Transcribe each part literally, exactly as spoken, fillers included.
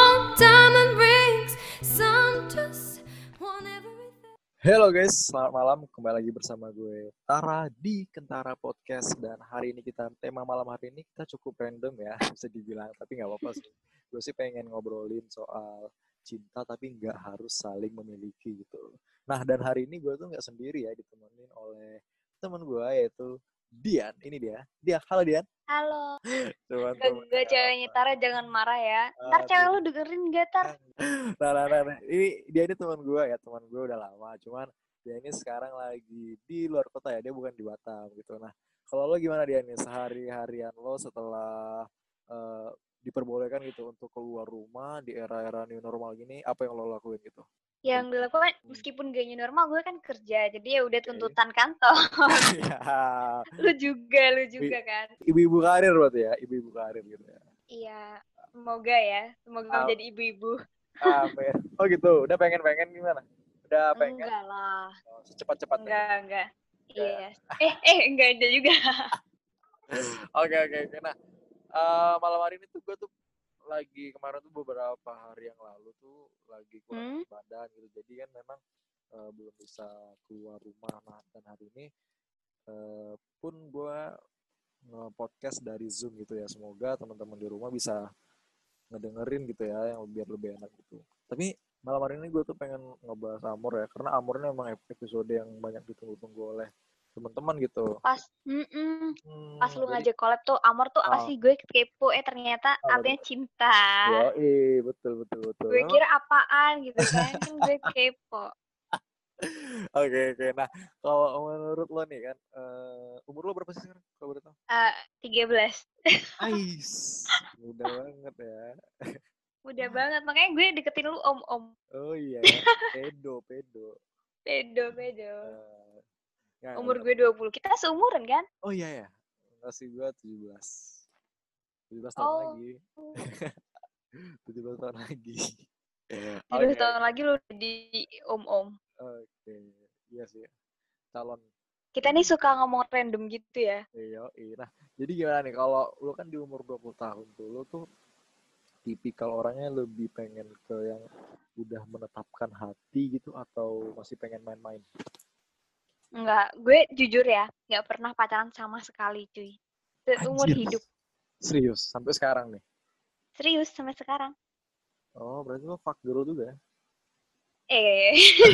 gold diamond rings, some just want everything. Halo guys, selamat malam. Kembali lagi bersama gue Tara di Kentara Podcast. Dan hari ini kita, tema malam hari ini kita cukup random ya, bisa dibilang. Tapi nggak apa-apa sih. Gue sih pengen ngobrolin soal cinta, tapi nggak harus saling memiliki gitu. Nah, dan hari ini gue tuh nggak sendiri ya, ditemenin oleh teman gue yaitu Dian. Ini dia. Dian, halo Dian. Halo, Teman-teman. gak ceweknya Tara jangan marah ya. Ntar cewek lu dengerin gak Tar? Nah, nah, nah, nah. Ini dia ini teman gue ya, teman gue udah lama. Cuman dia ini sekarang lagi di luar kota ya, dia bukan di Batam gitu. Nah, kalau lo gimana dia nih sehari-harian lo setelah uh, diperbolehkan gitu untuk keluar rumah di era-era new normal gini, apa yang lo lakuin gitu? Yang dilakukan meskipun gak new normal gue kan kerja, jadi ya udah Oke. tuntutan kantor. Ya, Lu juga, lu juga kan. ibu-ibu karir berarti ya, ibu-ibu karir gitu ya. Iya, semoga ya, semoga Ah. menjadi ibu-ibu. Amin. Oh gitu, udah pengen-pengen gimana? Udah pengen? Enggak lah, Oh, secepat-cepatnya. enggak, enggak. Enggak. Iya. Eh, eh, enggak ada juga. Oke oke oke. Nah, eh, malam hari ini tuh gue tuh lagi kemarin tuh beberapa hari yang lalu tuh lagi kurang Hmm? badan gitu. Jadi kan memang eh, belum bisa keluar rumah. Nah, dan hari ini eh, pun gue nge-podcast dari Zoom gitu ya. Semoga teman-teman di rumah bisa ngedengerin gitu ya, yang biar lebih enak gitu. Tapi malam hari ini gue tuh pengen ngebahas Amor ya, karena Amor ini memang episode yang banyak ditunggu-tunggu oleh teman-teman gitu. Pas, mm-mm. Hmm, Pas lu jadi- ngajak collab tuh, Amor tuh apa Oh. sih? Gue kepo, eh ternyata Apa artinya cinta. Yoi, betul betul betul. Gue Memang- kira apaan gitu kan, kan gue kepo. Oke oke. Nah, kalau menurut lo nih kan, eh, umur lo berapa sih sekarang? Kalau boleh tahu? Eh, tiga belas. Ais, muda banget ya. Udah banget, makanya gue deketin lu om-om. Oh iya, pedo pedo. Pedo, pedo. Eh, ya, Umur udah. gue dua puluh. Kita seumuran kan? Oh iya ya, masih gue tujuh belas. tujuh belas tahun Oh. lagi. tujuh belas tahun lagi. tujuh belas tahun lagi lu udah di om-om. Oke, iya sih. Calon. Kita nih suka ngomong random gitu ya. Iya, iya. Nah, jadi gimana nih kalau lu kan di umur dua puluh tahun tuh, lu tuh tipikal orangnya lebih pengen ke yang udah menetapkan hati gitu atau masih pengen main-main? Enggak, gue jujur ya, nggak pernah pacaran sama sekali cuy. Seumur Anjir. hidup. Serius, sampai sekarang nih? Serius sampai sekarang. Oh, berarti lo fuck girl juga ya? Eh.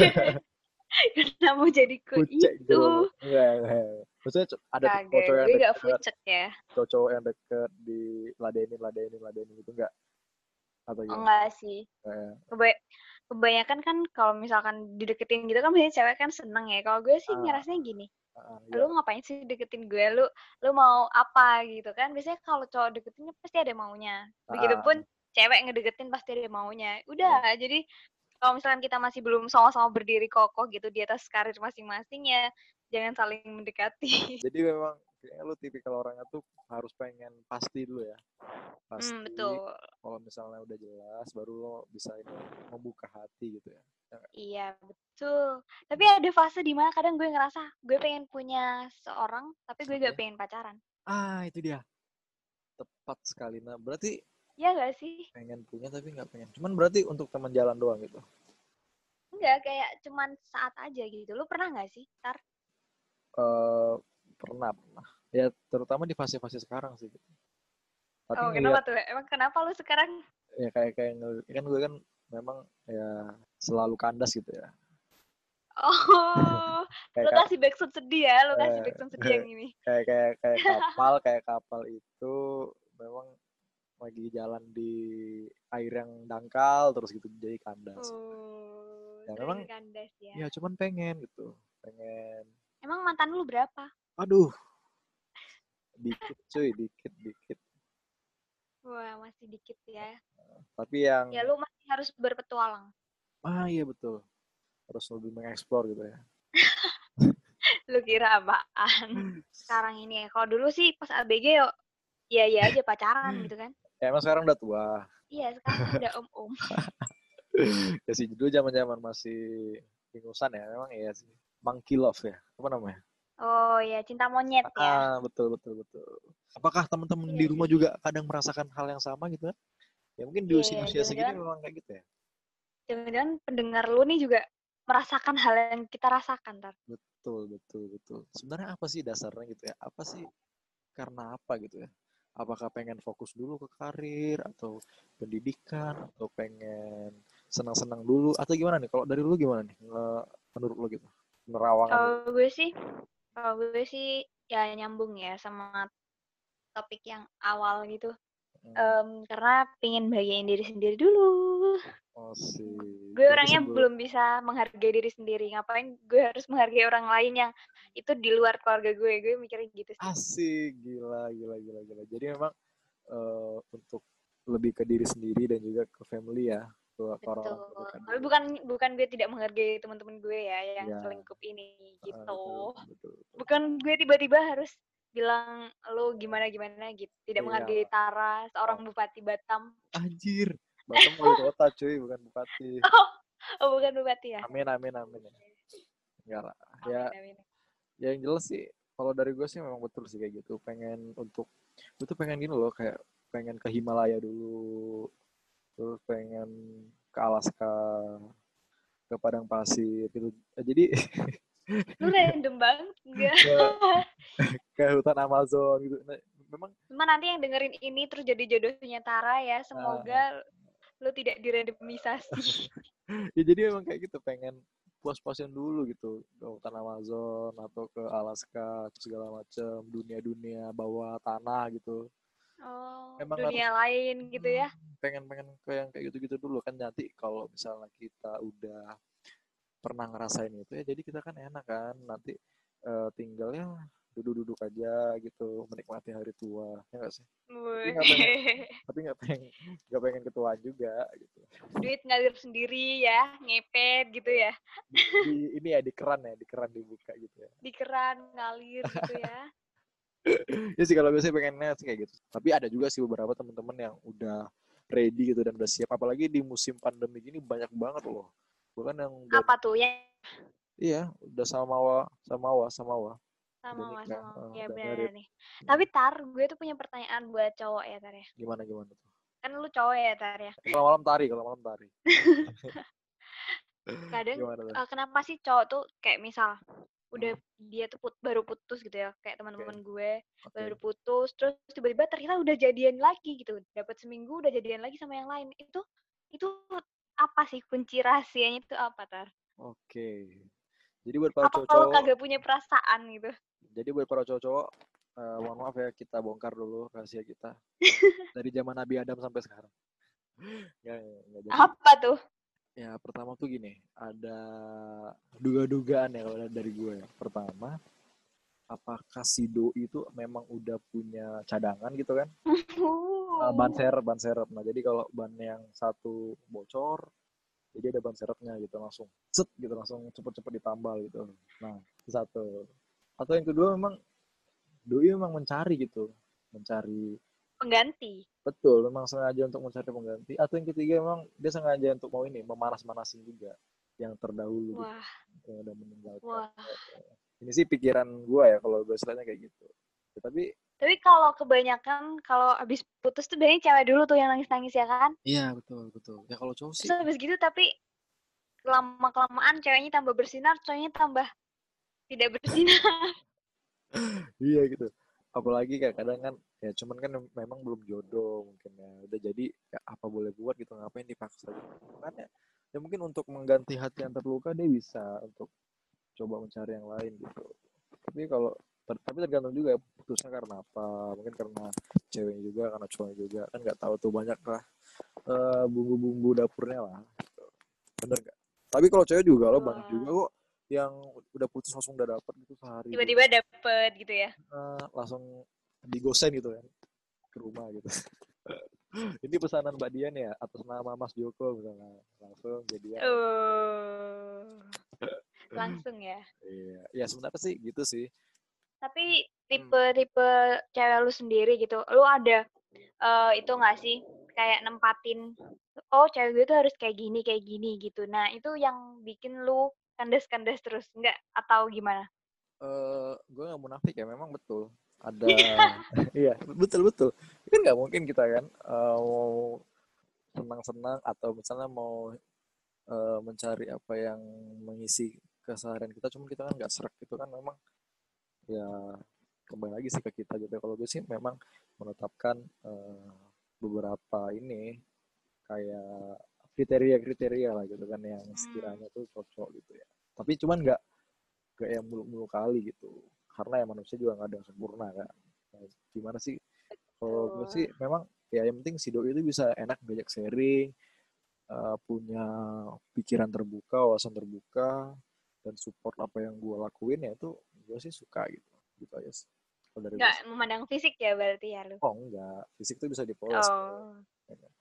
Kenapa mau jadi ku Kucek itu? girl. Enggak, enggak. Maksudnya co- ada Kagak, cowok yang gue gak deket, fucek ya. cowok yang deket di ladenin, ladenin, ladenin gitu enggak? Atau Oh, gimana? enggak sih. Kayak, Keba- kebanyakan kan kalau misalkan dideketin gitu kan biasanya cewek kan seneng ya. Kalau gue sih Ah. ngerasanya gini, ah, lu ya. ngapain sih deketin gue? Lu lu mau apa gitu kan? Biasanya kalau cowok deketin pasti ada maunya. Begitupun cewek ngedeketin pasti ada maunya. Udah, jadi kalau misalkan kita masih belum sama-sama berdiri kokoh gitu di atas karir masing-masing ya jangan saling mendekati. Jadi memang kayaknya lu tipikal orangnya tuh harus pengen pasti dulu ya. Pasti. Hmm, betul. Kalau misalnya udah jelas baru lo bisa ini membuka hati gitu ya. Ya nggak? Iya, betul. Tapi ada fase di mana kadang gue ngerasa gue pengen punya seorang tapi gue gak Oke. pengen pacaran. Ah, itu dia. Tepat sekali. Nah, berarti Iya gak sih? pengen punya tapi nggak pengen. Cuman berarti untuk teman jalan doang gitu. Enggak, kayak cuman saat aja gitu. Lu pernah gak sih, Tar? Eh pernah, pernah. Ya terutama di fase-fase sekarang sih. Gitu. Tapi Oh, ngeliat, kenapa tuh? Emang kenapa lu sekarang? ya kayak kayak ngel- kan gue kan memang ya selalu kandas gitu ya. Oh, Kayak lu ka- kasih backsound sedih ya, lu kasih Eh, backsound sedih yang ini. kayak kayak kayak kapal kayak kapal itu memang lagi jalan di air yang dangkal terus gitu jadi kandas. Oh, Ya, sering memang- kandas ya. Ya cuman pengen gitu, pengen. Emang mantan lu berapa? Aduh, dikit cuy, dikit dikit. Wah, masih dikit ya. Tapi yang Ya lu masih harus berpetualang. ah iya betul, harus lebih mengeksplor gitu ya. Lu kira apaan? Sekarang ini ya. Kalau dulu sih pas A B G yo, ya ya aja pacaran gitu kan. Ya emang sekarang udah tua. Iya, sekarang udah om-om. Ya sih dulu zaman-zaman masih ingusan ya, memang iya sih. Monkey love ya, apa namanya? Oh ya, cinta monyet ya. Ah betul betul betul. Apakah teman-teman Iya di rumah sih. juga kadang merasakan hal yang sama gitu kan? Ya mungkin di Iya, usia iya, usia segini jangan-jangan memang kayak gitu ya. jangan-jangan pendengar lu nih juga merasakan hal yang kita rasakan, Tar. Betul, betul, betul. Sebenarnya apa sih dasarnya gitu ya? Apa sih karena apa gitu ya? Apakah pengen fokus dulu ke karir atau pendidikan atau pengen senang-senang dulu atau gimana nih? Kalau dari lu gimana nih? Nge- Menurut lu gitu? Penerawangannya. Kalau gue sih, kalau gue sih ya nyambung ya sama topik yang awal gitu. Hmm, Em, karena pengen bahagiain diri sendiri dulu. oh sih. Gue Berarti orangnya sebelum belum bisa menghargai diri sendiri. Ngapain gue harus menghargai orang lain yang itu di luar keluarga gue. Gue mikirnya gitu sih. asik, gila, gila, gila, gila. Jadi memang eh, untuk lebih ke diri sendiri dan juga ke family ya, ke ke Betul. orang-orang terdekat Tapi dulu. bukan bukan gue tidak menghargai teman-teman gue ya yang Ya, selingkup ini eh, gitu. betul, betul, betul. Bukan gue tiba-tiba harus bilang lo gimana gimana gitu. Tidak Iya, menghargai Tara, oh, seorang bupati Batam. anjir. Batam wali kota cuy, bukan bupati. Oh, oh bukan bupati ya? Amin, amin, amin ya. Enggak lah. Ya, Amin amin. ya yang jelas sih, kalau dari gue sih memang betul sih kayak gitu. Pengen untuk, gue tuh pengen gini loh, kayak pengen ke Himalaya dulu, terus pengen ke Alaska, ke Padang Pasir gitu. Eh, Jadi Lu random banget enggak? ke ke hutan Amazon gitu. Nah, memang Cuma nanti yang dengerin ini terus jadi jodohnya Tara ya. uh, Semoga lu tidak dirandomisasi. ya jadi memang kayak gitu pengen puas-puasin dulu gitu ke hutan Amazon atau ke Alaska segala macam dunia-dunia bawah tanah gitu. Oh, Memang harus dunia lain gitu hmm, ya. pengen pengen ke yang kayak gitu-gitu dulu kan nanti kalau misalnya kita udah pernah ngerasain itu ya jadi kita kan enak kan nanti eh, tinggal ya duduk-duduk aja gitu menikmati hari tua ya nggak sih tapi nggak pengen Wih. tapi nggak pengen nggak pengen ketuaan juga gitu Duit ngalir sendiri ya, ngepet gitu ya. di, di ini ya di keran ya di keran dibuka gitu ya Di keran ngalir gitu ya. ya sih kalau biasanya pengennya sih kayak gitu tapi ada juga sih beberapa teman-teman yang udah ready gitu dan udah siap apalagi di musim pandemi gini banyak banget loh bukan yang udah Apa tuh ya? iya udah samawa samawa samawa udah Sama mas nikah sama. eh, Ya udah benar married. nih. Tapi Tar, gue tuh punya pertanyaan buat cowok ya Tar ya. Gimana gimana tuh Kan lu cowok ya Tar ya. kalau malam tari kalau malam tari Kadang gimana tuh eh, kenapa sih cowok tuh kayak misal hmm, udah dia tuh put, baru putus gitu ya kayak oke teman-teman gue oke baru putus terus tiba-tiba ternyata udah jadian lagi gitu dapat seminggu udah jadian lagi sama yang lain itu itu apa sih kunci rahasianya itu apa Tar? oke jadi buat para Apa lu cowok-cowok kagak punya perasaan gitu? jadi buat para cowok-cowok eh, mohon maaf ya kita bongkar dulu rahasia kita dari zaman Nabi Adam sampai sekarang nggak, nggak, nggak. Jadi Apa tuh? ya pertama tuh gini ada duga-dugaan ya kalau dari gue ya. Pertama apakah si doi itu memang udah punya cadangan gitu kan Eh, ban serep ban serep nah jadi kalau ban yang satu bocor jadi ada ban serepnya gitu langsung set gitu langsung cepet-cepet ditambal gitu nah itu satu atau yang kedua memang doi memang mencari gitu mencari Pengganti. betul memang sengaja untuk mencari pengganti atau yang ketiga memang dia sengaja untuk mau ini memanas-manasin juga yang terdahulu gitu Wah, yang udah meninggalkan wah. ini sih pikiran gue ya kalau gue istilahnya kayak gitu ya, tapi Tapi kalau kebanyakan kalau habis putus tuh biasanya cewek dulu tuh yang nangis-nangis ya kan? iya betul betul ya kalau cowok Terus sih habis gitu tapi lama kelamaan ceweknya tambah bersinar, cowoknya tambah tidak bersinar. iya gitu apalagi kayak kadang kan ya cuman kan memang belum jodoh mungkin ya udah jadi ya apa boleh buat gitu ngapain dipaksa gitu makanya ya mungkin untuk mengganti hati yang terluka dia bisa untuk coba mencari yang lain gitu tapi kalau ter- tapi tergantung juga ya, putusnya karena apa mungkin karena ceweknya juga karena cowoknya juga kan nggak tahu tuh banyak lah eh, bumbu-bumbu dapurnya lah bener nggak tapi kalau cewek juga lo banyak juga Wah. kok yang udah putus langsung udah dapet gitu sehari dua Tiba-tiba dapet gitu ya. eh, langsung digosen gitu kan ke rumah gitu ini pesanan Mbak Dian ya atas nama Mas Joko misalnya langsung jadian Uh, langsung ya. iya ya sebenarnya sih gitu sih Tapi hmm. tipe-tipe cewek lu sendiri gitu, lu ada eh, itu nggak sih kayak nempatin, oh cewek gue tuh harus kayak gini kayak gini gitu. Nah itu yang bikin lu kandas-kandas terus nggak atau gimana? eh gue nggak munafik ya memang betul ada iya betul betul kan nggak mungkin kita kan eh, mau senang-senang atau misalnya mau eh, mencari apa yang mengisi keseharian kita, cuman kita kan nggak serak itu kan memang ya kembali lagi sih ke kita gitu. Kalau gue sih memang menetapkan eh, beberapa ini kayak kriteria-kriteria lah gitu kan yang Hmm. sekiranya tuh cocok gitu ya. Tapi cuman nggak nggak yang mulu-mulu kali gitu. Karena ya manusia juga nggak ada yang sempurna kan. Nah, gimana sih? Kalau gue sih Tuh. memang ya yang penting si doi itu bisa enak diajak sharing, eh, punya pikiran terbuka, wawasan terbuka, dan support apa yang gue lakuin ya itu gue sih suka gitu. Gitu aja sih. Kalau dari gue Nggak sih. memandang fisik ya berarti ya lu. Oh enggak, fisik tuh bisa dipoles. Oh. Ya kan?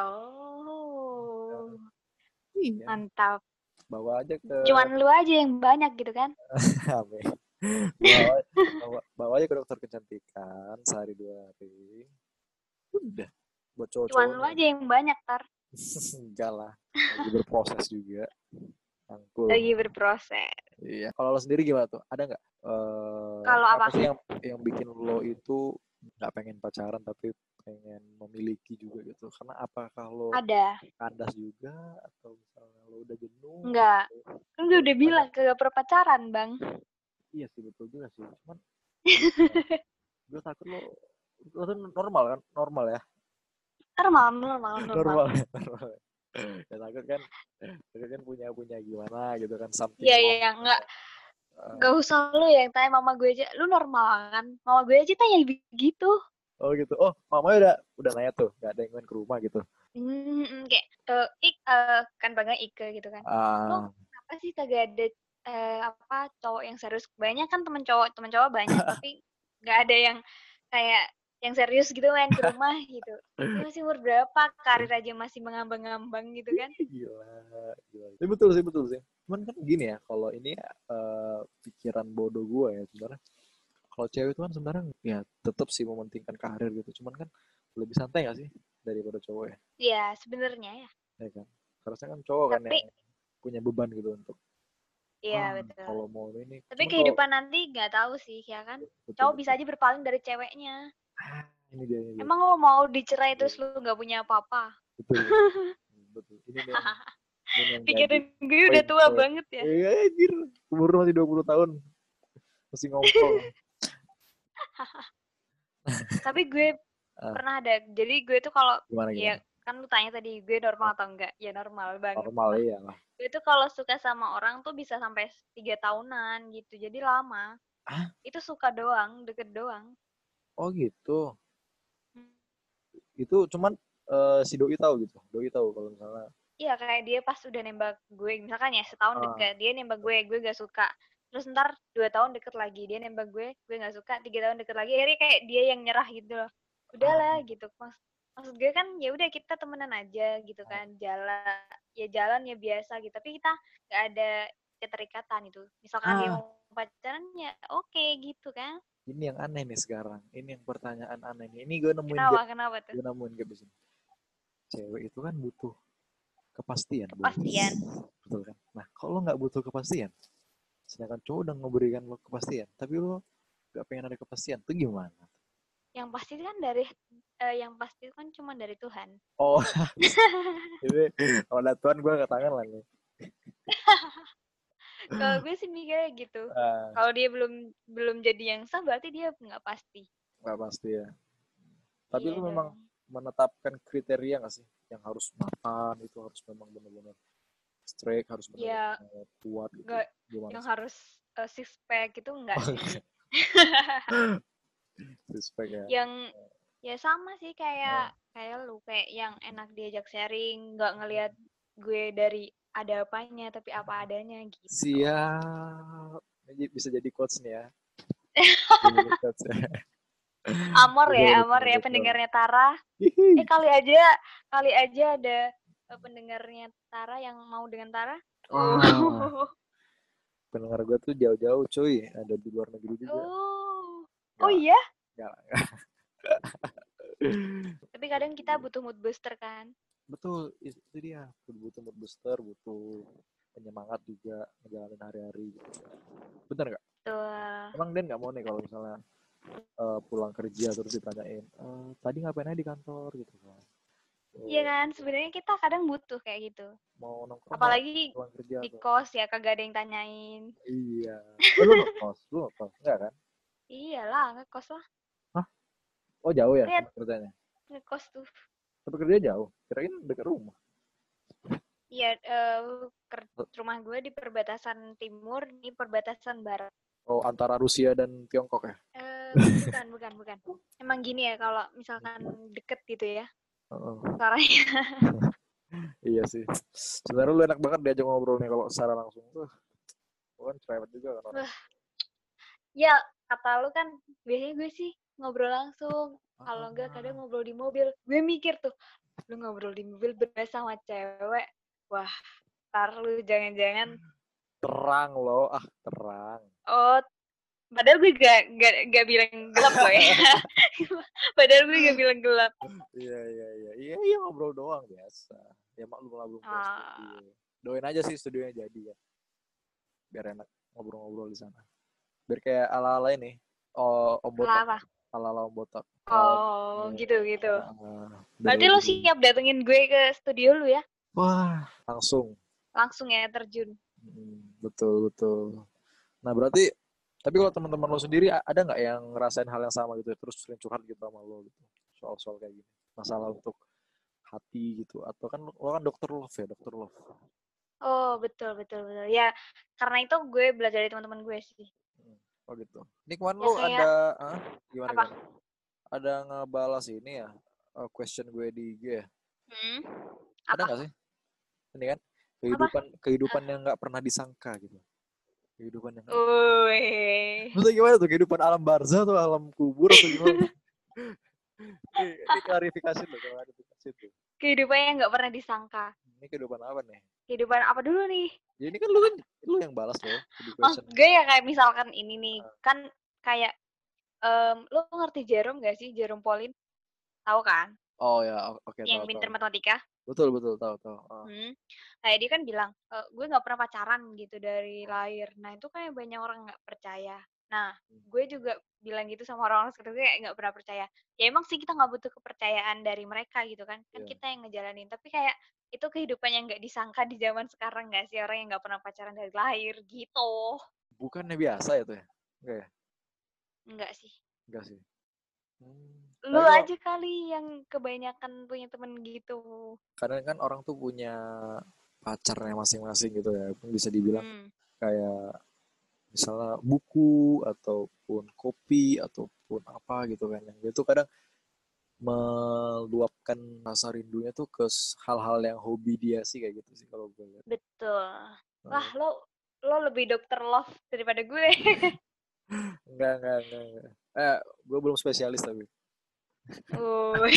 Oh. Iya, Mantap. bawa aja ke Cuman lu aja yang banyak gitu kan. Ame. bawa, bawa, bawa aja ke dokter kecantikan sehari dua hari. Udah, buat Cuman cowok-cowok lu nih. aja yang banyak tar. Enggak lah, lagi berproses juga. Angkul. Lagi berproses. Iya. Kalau lo sendiri gimana tuh? Ada nggak? Eh, Kalau apa apa? sih yang yang bikin lo itu nggak pengen pacaran tapi pengen memiliki juga gitu? Karena apakah lo Ada. kandas juga atau misalnya lo udah jenuh? Enggak. Kan gue Atau udah misalnya bilang kagak perpacaran, Bang. iya sih betul juga sih. Cuman gue takut lo lo tuh normal kan? Normal ya? Normal, normal, normal. Normal ya? Normal. Ya takut kan? Takut kan punya punya gimana gitu kan? Something Iya, wrong. iya, enggak. Eh, Enggak usah lu yang tanya mama gue aja. Lu normal kan? Mama gue aja tanya begitu. oh gitu. Oh, mamanya udah udah nanya tuh, nggak ada yang main ke rumah gitu. Hmm, kayak eh ik eh, kan bangga Ike gitu kan. Lo Ah, kenapa sih kagak ada eh, apa cowok yang serius? Banyak kan temen cowok, temen cowok banyak tapi nggak ada yang kayak yang serius gitu main ke rumah gitu. Dia masih umur berapa? Karir aja masih mengambang-ngambang gitu kan. gila, gila. Tapi betul sih, betul sih. Cuman kan gini ya, kalau ini eh, pikiran bodoh gue ya sebenarnya. Kalau cewek itu kan sebenarnya ya tetap sih mementingkan karir gitu. Cuman kan lebih santai gak sih daripada cowok ya? Iya, sebenarnya ya. Ya kan? Harusnya kan cowok kan Tapi yang punya beban gitu untuk iya ah betul. kalau mau ini. Tapi Cuman kalau kehidupan nanti nggak tahu sih ya kan. betul Cowok bisa betul. aja berpaling dari ceweknya. Ah, ini dia ini dia. Emang lo mau dicerai Iya, terus lo nggak punya apa-apa? betul betul. Betul. Ini nih yang ini yang jadi Pikiran gue udah poin tua poin. banget ya. Iya anjir, umur masih dua puluh tahun masih ngompol. Tapi gue Ah, pernah ada. Jadi gue tuh kalau gimana ya gimana? kan lu tanya tadi gue Ah, normal atau enggak? Ya normal banget normal lah. ya lah. Gue tuh kalau suka sama orang tuh bisa sampai tiga tahunan gitu. Jadi lama. Ah, Itu suka doang, deket doang. oh gitu. Hmm. Itu cuman eh, si doi tahu gitu. Doi tahu kalau misalnya Iya kayak dia pas udah nembak gue, misalkan ya setahun ah, deket, dia nembak gue, gue gak suka. Terus ntar dua tahun deket lagi, dia nembak gue, gue gak suka, tiga tahun deket lagi, akhirnya kayak dia yang nyerah gitu loh. ah, Udahlah gitu. Mas, maksud gue kan ya udah kita temenan aja gitu kan, jalan ya jalan ya biasa gitu. Tapi kita gak ada keterikatan itu. Misalkan dia ah, mau pacaran ya oke gitu kan. ini yang aneh nih sekarang. Ini yang pertanyaan aneh nih. Ini gue nemuin Kenapa? gap, Kenapa tuh? gue nemuin gap di sini. Cewek itu kan butuh kepastian, Bu. Kepastian. Betul kan? Nah, kalau nggak butuh kepastian, sedangkan cowok udah memberikan lo kepastian, tapi lo nggak pengen ada kepastian, tuh gimana? Yang pasti kan dari eh, yang pasti kan cuma dari Tuhan. Oh, ini kalau ada Tuhan gue angkat tangan lah nih. Kalau gue sih mikirnya gitu. Ah, Kalau dia belum belum jadi yang sah berarti dia nggak pasti. nggak pasti ya. Tapi Iya lu memang dong. menetapkan kriteria nggak sih? Yang harus mapan itu harus memang benar-benar straight, harus Ya benar-benar kuat gitu. nggak Gimana yang sih? harus uh, six pack itu enggak sih. Respect ya. Yang ya sama sih Ah, kayak kayak lu kayak yang enak diajak sharing, nggak ngelihat gue dari ada apanya tapi apa adanya gitu. siap. Ini bisa jadi coach nih ya. Bisa jadi coach ya. Amor Betul, ya, Amor betul, ya betul. pendengarnya Tara. Hihi. Eh kali aja kali aja ada uh, pendengarnya Tara yang mau dengan Tara. Wah, Oh. pendengar gue tuh jauh-jauh cuy. Ada di luar negeri juga. Oh. Oh Nggak, iya, nggak. tapi kadang kita butuh mood booster kan. Betul, itu dia. Butuh mood booster, butuh penyemangat juga ngejalanin hari-hari gitu. Bener nggak? Tuh. Emang Den nggak mau nih kalau misalnya eh, pulang kerja terus ditanyain, "Eh, tadi ngapain aja di kantor gitu kan. Iya Oh, kan, sebenarnya kita kadang butuh kayak gitu. mau nongkrong nggak Apalagi pulang kerja di tuh. kos ya kagak ada yang tanyain. Iya. Oh, lu ngekos, lu ngekos enggak kan? Iyalah, ngekos lah. Hah? Oh jauh ya Lihat tempat kerjanya. ngekos tuh. Tempat kerjanya jauh. Kirain dekat rumah. Iya, eh, ker- rumah gue di perbatasan timur, di perbatasan barat. Oh antara Rusia dan Tiongkok ya? Eh, bukan, bukan, bukan. Emang gini ya, kalau misalkan deket gitu ya, Oh, suaranya. iya sih. Sebenarnya lu enak banget diajak ngobrol nih kalau secara langsung tuh. Lu kan cerewet juga kan orang. Wah, ya kata lu kan, biasanya gue sih ngobrol langsung. Kalau enggak kadang ngobrol di mobil. Gue mikir tuh, lu ngobrol di mobil berasa sama cewek. Wah, ntar lu jangan-jangan, Terang loh, ah terang. oh, padahal gue gak, gak, gak bilang gelap loh ya. Padahal gue gak bilang gelap. Iya iya iya iya iya ngobrol doang biasa. Ya maklum lah belum punya Ah, studio. Doain aja sih studionya jadi ya. Biar enak ngobrol-ngobrol di sana. Biar kayak ala-ala ini. Oh, Om lah Botak. apa? Ala-ala Om Botak. Oh, Oh, gitu-gitu. uh, biar Berarti lo lebih. siap datengin gue ke studio lu ya? Wah, langsung. Langsung ya terjun. Hmm, betul betul. Nah berarti tapi kalau teman-teman lo sendiri a- ada nggak yang ngerasain hal yang sama gitu ya, terus sering curhat gitu sama lo gitu soal-soal kayak gini masalah untuk hati gitu atau kan lo lo kan dokter love ya dokter love. Oh, betul, betul, betul. Ya, karena itu gue belajar dari teman-teman gue sih. Hmm. Oh gitu. Ini kemarin Ya lo kayak, ada ah, gimana apa? gimana? Ada ngebalas ini ya eh, question gue di I G ya. Hmm? Ada Apa? nggak sih? Ini kan Apa? kehidupan kehidupan yang nggak pernah disangka gitu. Kehidupan yang nggak. Wih. Maksudnya gimana tuh kehidupan alam barzah atau alam kubur atau gimana? Ini, ini klarifikasi tuh, klarifikasi tuh. Kehidupan yang nggak pernah disangka. Ini kehidupan apa nih? Kehidupan apa dulu nih? Ya ini kan lu kan lu yang balas loh di Maksud question. gue ya kayak misalkan ini nih. Kan kayak, em, lo ngerti Jerome gak sih? Jerome Pauline? Tahu kan? Oh ya, o- oke Yang tahu tahu. pinter matematika. Betul betul tahu tahu. Ah, Hmm. Kayak dia kan bilang, e, gue nggak pernah pacaran gitu dari lahir. Nah itu kayak banyak orang nggak percaya. Nah gue juga bilang gitu sama orang-orang sekitar gue kayak nggak pernah percaya. Ya emang sih kita nggak butuh kepercayaan dari mereka gitu kan. Kan iya. kita yang ngejalanin. Tapi kayak itu kehidupan yang nggak disangka di zaman sekarang nggak sih orang yang nggak pernah pacaran dari lahir gitu. Bukannya biasa itu ya? Enggak ya? Enggak sih. Enggak sih. Hmm. Lu Tapi kalau aja kali yang kebanyakan punya temen gitu. kadang kan orang tuh punya pacarnya masing-masing gitu ya. Bisa dibilang Hmm. kayak misalnya buku ataupun kopi ataupun apa gitu kan yang itu kadang meluapkan rasa rindunya tuh ke s- hal-hal yang hobi dia sih kayak gitu sih kalau gue lihat. Betul. Wah, Nah, lo lo lebih dokter love daripada gue. enggak enggak enggak, enggak. Eh, gue belum spesialis tapi Oh,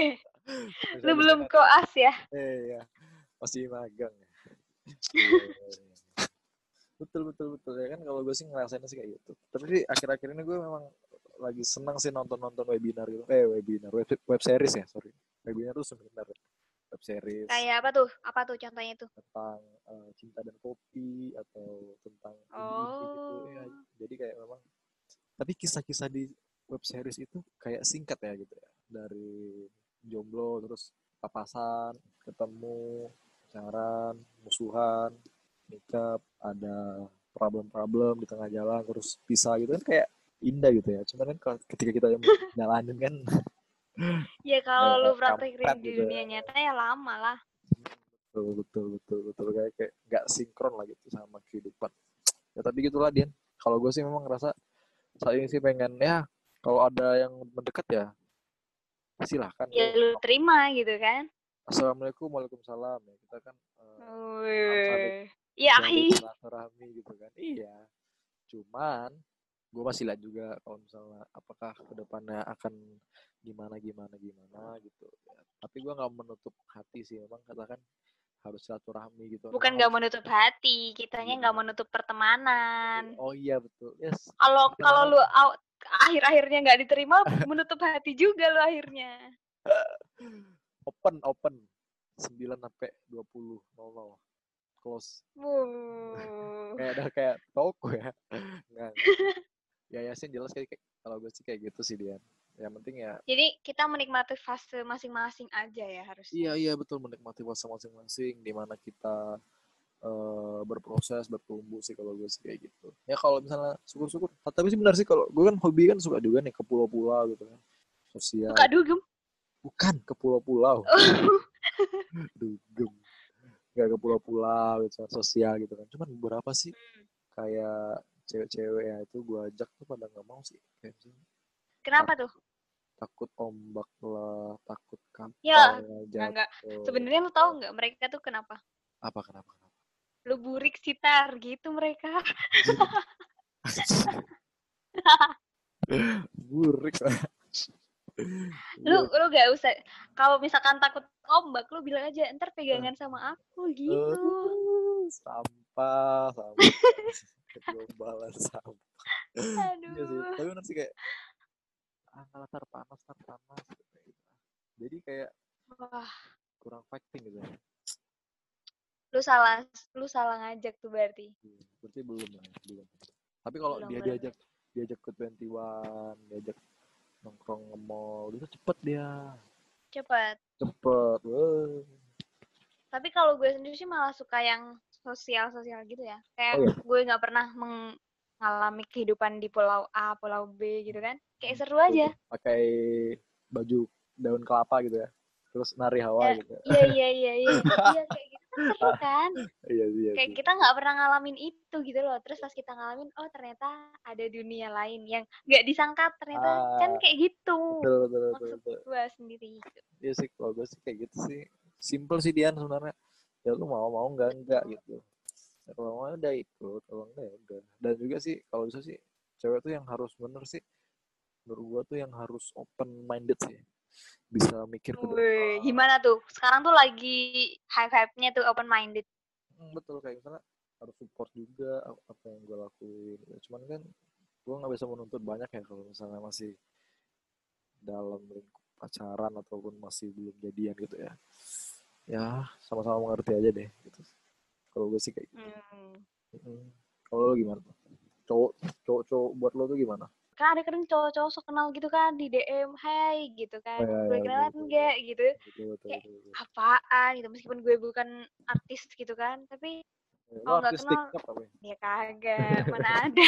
lu spesialisnya belum nanti. koas ya? Eh ya, masih magang. Iya, iya, iya. Betul betul betul ya kan kalau gue sih ngerasainnya sih kayak gitu. Tapi sih akhir-akhir ini gue memang lagi senang sih nonton-nonton webinar gitu. Eh webinar, web, web series ya, sorry. Webinar tuh seminar ya. Web series Kayak apa tuh? Apa tuh contohnya tuh? tentang eh, cinta dan kopi atau tentang indie-indie gitu ya. Oh. Jadi kayak memang tapi kisah-kisah di web series itu kayak singkat ya gitu ya. Dari jomblo terus papasan, ketemu, pacaran, musuhan, nikah, ada problem-problem di tengah jalan terus pisah gitu kan kayak indah gitu ya. Cuman kan kalau ketika kita yang jalanin kan Ya kalau lu kayak praktekin kampret di gitu ya. dunia nyata ya lama lah. Betul betul betul betul kayak kayak nggak sinkron lah gitu sama kehidupan. Ya tapi gitulah Dian. Kalau gue sih memang ngerasa saat ini sih pengen ya kalau ada yang mendekat ya silahkan Ya tuh. lu terima gitu kan? Assalamualaikum, waalaikumsalam ya kita kan eh, harus saling Wih. Ya, menjalin ahi. silaturahmi gitu kan. Iya. Cuman gue masih lihat juga kalau misalnya apakah kedepannya akan gimana gimana gimana gitu. Ya, tapi gue nggak menutup hati sih memang katakan harus silaturahmi gitu. Bukan Memang nggak harus. menutup hati, kitanya nggak Iya. menutup pertemanan. Oh iya betul. Yes. Kalau kalau Pertemanan lu aw- akhir-akhirnya nggak diterima, menutup hati juga lu akhirnya. open open sembilan sampai dua puluh nol nol close. Wuh. Kayak ada kayak toko ya. Enggak enggak. Ya Yasin jelas kayak kayak- kalau gue sih kayak gitu sih dia. yang penting ya. Jadi kita menikmati fase masing-masing aja ya harusnya. Iya iya betul, menikmati fase masing-masing di mana kita uh, berproses bertumbuh sih kalau gue sih kayak gitu. Ya kalau misalnya syukur-syukur, tapi sih benar sih kalau gue kan hobi kan suka juga nih ke pulau-pulau gitu kan, sosial. Suka dugem? Bukan ke pulau-pulau. Dugem. Gak ke pulau-pulau gitu, sosial gitu kan. Cuman beberapa sih kayak cewek-cewek ya itu gue ajak tuh pada nggak mau sih. Kayak misalnya, Kenapa tuh? takut ombak lah, takut kapal Ya, jatuh. enggak. Sebenarnya lu tahu nggak mereka tuh kenapa? Apa kenapa? kenapa? Lu burik sitar gitu mereka. Burik. lu lu gak usah, kalau misalkan takut ombak lu bilang aja ntar pegangan sama aku gitu. Uh, sampah, sampah. Gombalan sampah. Aduh. Iya sih, tapi bener sih kayak ah, tar panas, tar panas gitu. Jadi kayak Wah, kurang fighting gitu ya. lu salah lu salah ngajak tuh berarti. Berarti belum lah, belum. Tapi kalau Belum, dia belum. diajak diajak ke dua puluh satu, diajak nongkrong nge-mall, itu cepet dia. Cepet. Cepet. Wah. Tapi kalau gue sendiri sih malah suka yang sosial-sosial gitu ya. Kayak Oh, iya? gue nggak pernah mengalami kehidupan di pulau A, pulau B gitu kan. Kayak seru aja. Pakai baju daun kelapa gitu ya. Terus nari Hawa Ya, gitu. iya iya iya iya. Iya kayak gitu kan seru kan. Iya iya. Kayak kita nggak pernah ngalamin itu gitu loh. Terus pas kita ngalamin, oh ternyata ada dunia lain yang nggak disangka ternyata Ah, kan kayak gitu. betul betul betul. Maksud betul. gue sendiri gitu. Iya sih, kalau gue sih kayak gitu sih. Simple sih Dian sebenarnya. Ya lu mau mau enggak enggak gitu. Ya, kalau mau udah ikut, kalau enggak ya udah. Dan juga sih kalau bisa sih cewek tuh yang harus bener sih. Menurut gue tuh yang harus open minded sih. Bisa mikir ke Wih, depan. gimana tuh? Sekarang tuh lagi hype-hype-nya tuh open minded. Hmm, betul, kayak misalnya harus support juga apa yang gue lakuin. Ya, cuman kan gue nggak bisa menuntut banyak ya kalau misalnya masih dalam lingkup pacaran ataupun masih belum jadian gitu ya. Ya sama-sama mengerti aja deh gitu. Kalau gue sih kayak gitu. Hmm. Hmm. Kalau lo gimana? Cowok, cowok, cowok buat lo tuh gimana? Kan ada kadang cowok-cowok sok kenal gitu kan di D M, hai gitu kan, Oh, ya, boleh ya, kenalan betul, enggak gitu, Betul, betul, kayak betul, betul. apaan gitu, meskipun gue bukan artis gitu kan, tapi Lo kalau nggak artis kenal, TikTok tapi? ya kagak, mana ada.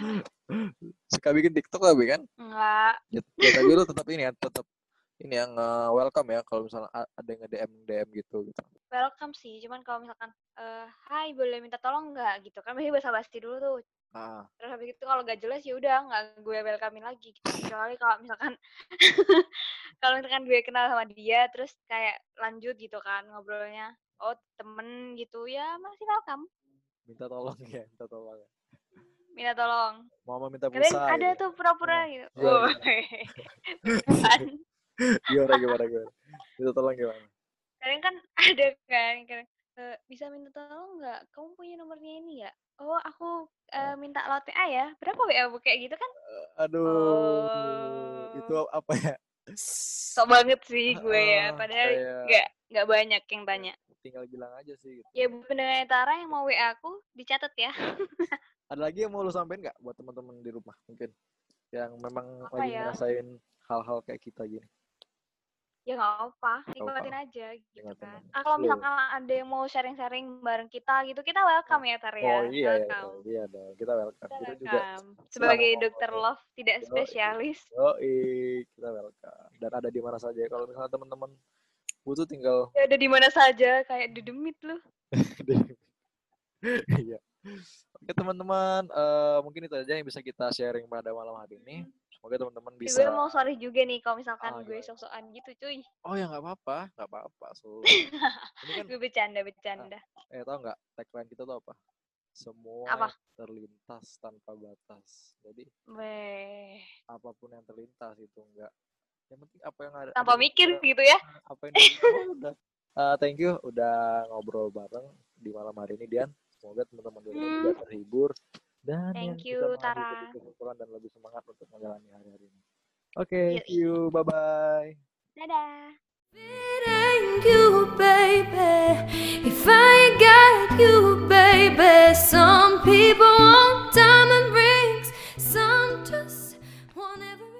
Suka bikin TikTok tapi kan? Enggak, Ya, ya tapi lo tetap ini ya, tetap ini yang uh, welcome ya kalau misalnya a- ada yang nge-D M D M gitu gitu. welcome sih, cuman kalau misalkan, eh hai boleh minta tolong nggak gitu kan, biasanya basa-basi dulu tuh. Ah, Terus habis itu kalau gak jelas ya udah nggak gue welcomein lagi gitu. Kecuali kalau misalkan kalau misalkan gue kenal sama dia terus kayak lanjut gitu kan ngobrolnya, oh temen gitu ya masih welcome, minta tolong ya, minta tolong ya. minta tolong. Mama minta Kadang pulsa ada gitu. tuh pura-pura Oh, gitu. gimana, Oh, bukan. gimana gimana gimana? Minta tolong gimana? Kadang kan ada kan, kadang, "Eh, bisa minta tolong nggak? Kamu punya nomornya ini ya? Oh aku eh, minta lewat W A ya. Berapa W A Bu?" kayak gitu kan? Aduh, itu Oh, apa ya? sok banget sih gue ya. Ah, Padahal kayak nggak nggak banyak yang tanya. tinggal bilang aja sih gitu. Ya buat pendengar Tara yang mau W A aku dicatat ya. Ada lagi yang mau lu sampein nggak buat teman-teman di rumah mungkin yang memang Apa lagi ya? ngerasain hal-hal kayak kita gini? Ya nggak apa, Nggak nikmatin apa-apa. aja gitu Nikmatin kan. aja. Ah, kalau Iya. misalkan ada yang mau sharing-sharing bareng kita gitu, kita welcome ya Tar Oh ya. iya ya, Welcome. iya dong. Kita welcome. Kita Kita juga welcome. senang Sebagai mau dokter ngobrol. love tidak Yoi. spesialis. Yoi, kita welcome. Dan ada di mana saja. Kalau misalnya teman-teman butuh tinggal Ya ada di mana saja kayak dedemit lu. Iya. Oke teman-teman, eh, mungkin itu aja yang bisa kita sharing pada malam hari ini. Semoga teman-teman Gue bisa. mau sorry juga nih kalau misalkan Ah, gue gimana? sok-sokan gitu cuy. Oh ya nggak apa-apa, nggak apa-apa. So, ini kan, Gue bercanda bercanda. eh tau nggak tagline kita tuh apa? Semua Apa? yang terlintas tanpa batas. Jadi Weh, apapun yang terlintas itu enggak. Yang penting apa yang ada. tanpa ada- mikir ada- gitu ya. Apa yang ada- oh, udah. Eh, thank you udah ngobrol bareng di malam hari ini Dian. Semoga teman-teman di rumah Hmm. juga terhibur dan Thank yang you, bisa mengambil Tara. lebih kesimpulan dan lebih semangat untuk menjalani hari-hari ini. Oke, Yoi. see you, bye bye. Dadah. It ain't you, baby. If I ain't got you, baby. Some people want diamond rings, some just want every